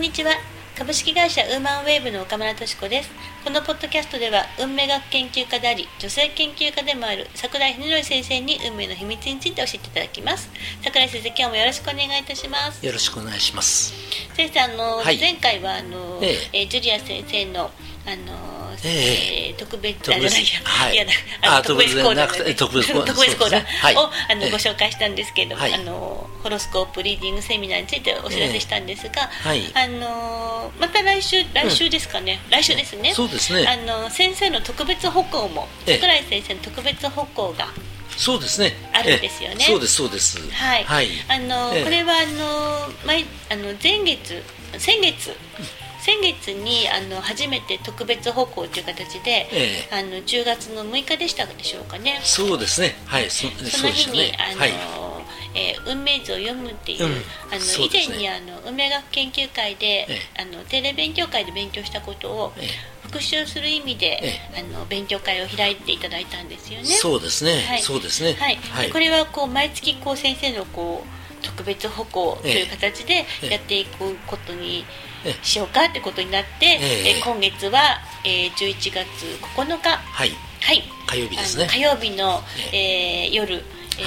にちは。株式会社ウーマンウェーブの岡村敏子です。このポッドキャストでは運命学研究家であり女性研究家でもある櫻井秀則先生に運命の秘密について教えていただきます。櫻井先生、今日もよろしくお願いいたします。 よろしくお願いします。 先生、前回はジュリア先生の特別講座をご紹介したんですけれども、ホロスコープリーディングセミナーについてお知らせしたんですが、また来週ですかね、来週ですね。 そうですね。 先生の特別歩行も、櫻井先生の特別歩行がそうですね。 あるんですよね。 そうですそうです。 はい。これは先月に初めて特別歩行という形で、10月の6日でしたでしょうかね。 そうですね。はい。 その日に運命図を読むっていう、以前に運命学研究会で、定例勉強会で勉強したことを復習する意味で、勉強会を開いていただいたんですよね。 そうですね。はい、そうですね。 はい。これは毎月先生の特別歩行という形でやっていくことにしようかってことになって、今月は11月9日、 はい、火曜日ですね。 火曜日の夜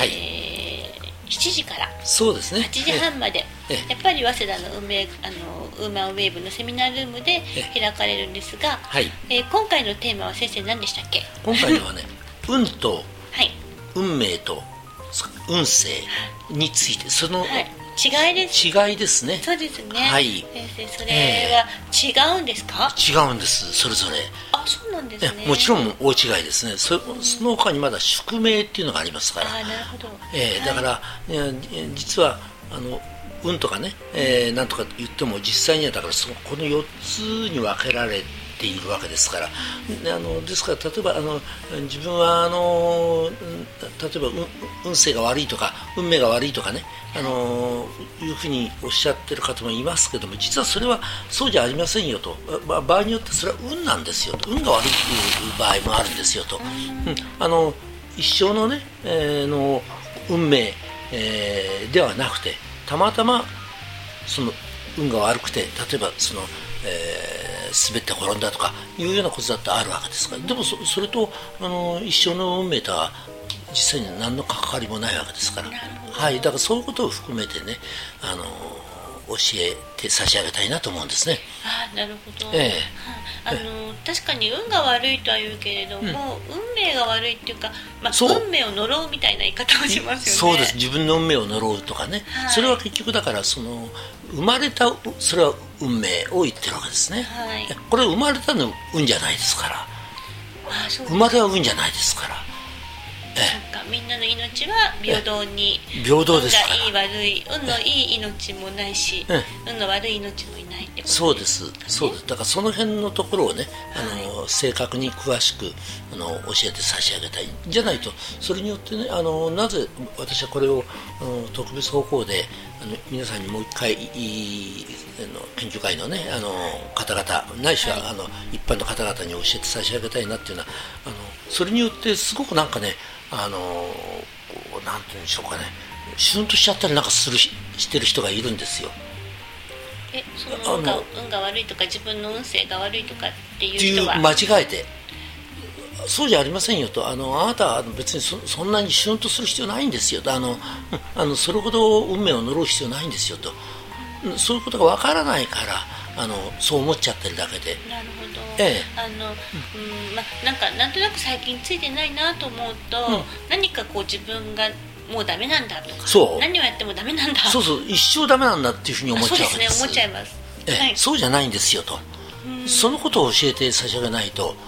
7時からそうですね、 8時半まで、やっぱり早稲田のウーマンウェーブのセミナールームで開かれるんですが、今回のテーマは先生何でしたっけ？ 今回のはね運と運命と運勢について、その違いですね。そうですね。 はい。 先生、それは違うんですか？ 違うんです、それぞれ。 あ、そうなんですね。 もちろん大違いですね。その他にまだ宿命っていうのがありますから。 あ、なるほど。 だから実は運とかね、なんとか言っても実際にはだからこの4つに分けられているわけですから、ですから例えば自分は例えば運勢が悪いとか運命が悪いとかね、いうふうにおっしゃってる方もいますけども、実はそれはそうじゃありませんよと、場合によってそれは運なんですよと、運が悪いという場合もあるんですよと、一生のね、の運命、ではなくて、たまたまその運が悪くて、例えば滑って転んだとかいうようなことだってあるわけですから、でもそれと一生の運命とは実際に何の関わりもないわけですから、はい、だからそういうことを含めてね、教えて差し上げたいなと思うんですね。 なるほど。確かに運が悪いとは言うけれども、運命が悪いっていうか、運命を呪うみたいな言い方をしますよね。そうです。自分の運命を呪うとかね、それは結局だから生まれたそれは運命を言ってるわけですね。これ生まれたの運じゃないですから、生まれは運じゃないですから。みんなの命は平等に、平等ですから、運がいい悪い、運のいい命もないし、運の悪い命もいないってことです。 そうです、そうです。だからその辺のところをね、正確に詳しく教えて差し上げたい。じゃないとそれによってね、なぜ私はこれを特別方向で皆さんにもう一回研究会のね方々ないしは一般の方々に教えて差し上げたいなっていうのは、それによってすごくなんかね、なんていうんでしょうかね、シュンとしちゃったりなんかしてる人がいるんですよ。 運が悪いとか自分の運勢が悪いとかっていう人は間違えて、そうじゃありませんよと、あなたは別にそんなにシュンとする必要ないんですよと、それほど運命を呪う必要ないんですよと、そういうことがわからないからそう思っちゃってるだけで。 なるほど。なんとなく最近ついてないなと思うと、何か自分がもうダメなんだとか、何をやってもダメなんだ、 そう一生ダメなんだっていうふうに思っちゃうわけです。 そうですね、思っちゃいます。 そうじゃないんですよと、そのことを教えて差し上げないと、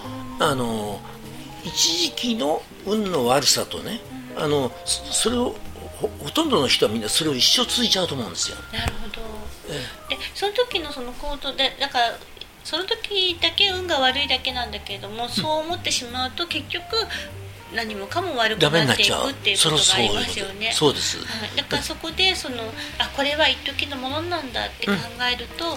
一時期の運の悪さとね、それをほとんどの人はみんなそれを一生続いちゃうと思うんですよ。 なるほど。でその時のその行動で、だからその時だけ運が悪いだけなんだけれども、そう思ってしまうと結局何もかも悪くなっていくっていうことがありますよね。 そうです。 だからそこでこれは一時のものなんだって考えると、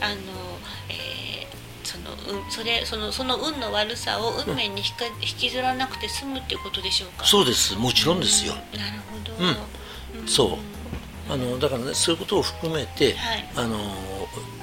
その運の悪さを運命に引きずらなくて済むっていうことでしょうか。 そうです、もちろんですよ。 なるほど。 そうだからね、そういうことを含めて、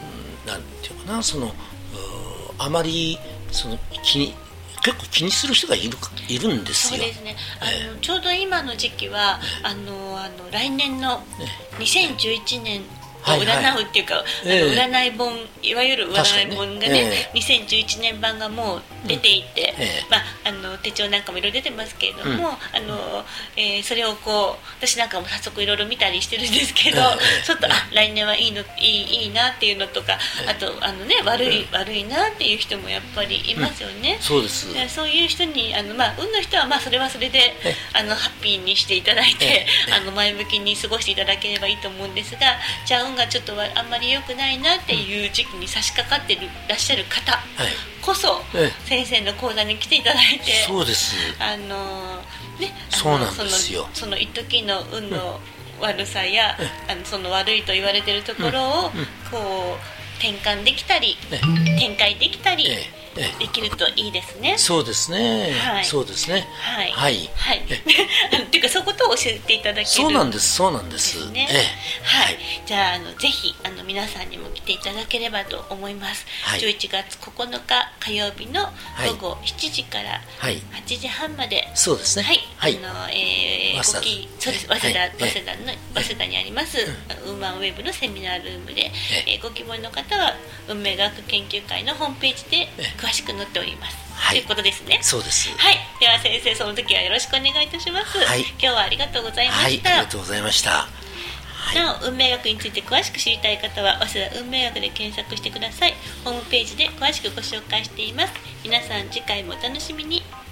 なんていうかな、あまり結構気にする人がいるんですよ。 そうですね。ちょうど今の時期は来年の2011年を占うっていうか、占い本、いわゆる占い本がね、2011年版がもう出ていて、手帳なんかもいろいろ出てますけれども、それを私なんかも早速いろいろ見たりしてるんですけど、ちょっと来年はいいなっていうのとか、あと悪いなっていう人もやっぱりいますよね。 そうです。 そういう人に運の人はそれはそれでハッピーにしていただいて、前向きに過ごしていただければいいと思うんですが、じゃあ運がちょっとあんまり良くないなっていう時期に差し掛かってらっしゃる方こそ、先生の講座に来ていただいて、 そうです。そうなんですよ。 その一時の運の悪さや、その悪いと言われているところを転換できたり、展開できたりできるといいですね。 そうですね。そうですね。はい。 っていうか、そういうことを教えていただける。 そうなんです。そうなんですね。 はい。じゃあぜひ皆さんにも来ていただければと思います。11月9日火曜日の午後7時から8時半まで。 そうですね。 はい。そうです。早稲田にありますウーマンウェブのセミナールームで、ご希望の方は運命学研究会のホームページで詳しく載っております。ということですね。 そうです。 はい。では先生、その時はよろしくお願いいたします。今日はありがとうございました。 ありがとうございました。 なお、運命学について詳しく知りたい方は早稲田運命学で検索してください。ホームページで詳しくご紹介しています。皆さん、次回もお楽しみに。